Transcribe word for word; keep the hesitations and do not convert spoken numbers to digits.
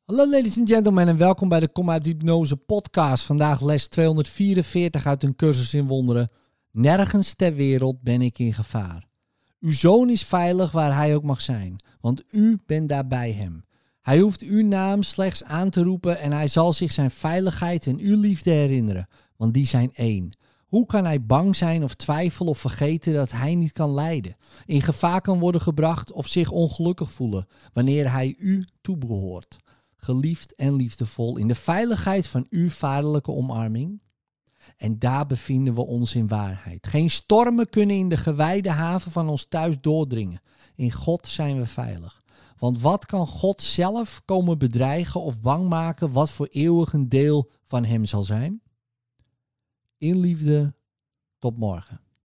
Hallo ladies and gentlemen en welkom bij de Kom uit Hypnose podcast. Vandaag les tweehonderdvierenveertig uit een cursus in wonderen. Nergens ter wereld ben ik in gevaar. Uw zoon is veilig waar hij ook mag zijn, want u bent daar bij hem. Hij hoeft uw naam slechts aan te roepen en hij zal zich zijn veiligheid en uw liefde herinneren, want die zijn één. Hoe kan hij bang zijn of twijfelen of vergeten dat hij niet kan lijden, in gevaar kan worden gebracht of zich ongelukkig voelen, wanneer hij u toebehoort? Geliefd en liefdevol in de veiligheid van uw vaderlijke omarming. En daar bevinden we ons in waarheid. Geen stormen kunnen in de gewijde haven van ons thuis doordringen. In God zijn we veilig. Want wat kan God zelf komen bedreigen of bang maken wat voor eeuwig een deel van hem zal zijn? In liefde, tot morgen.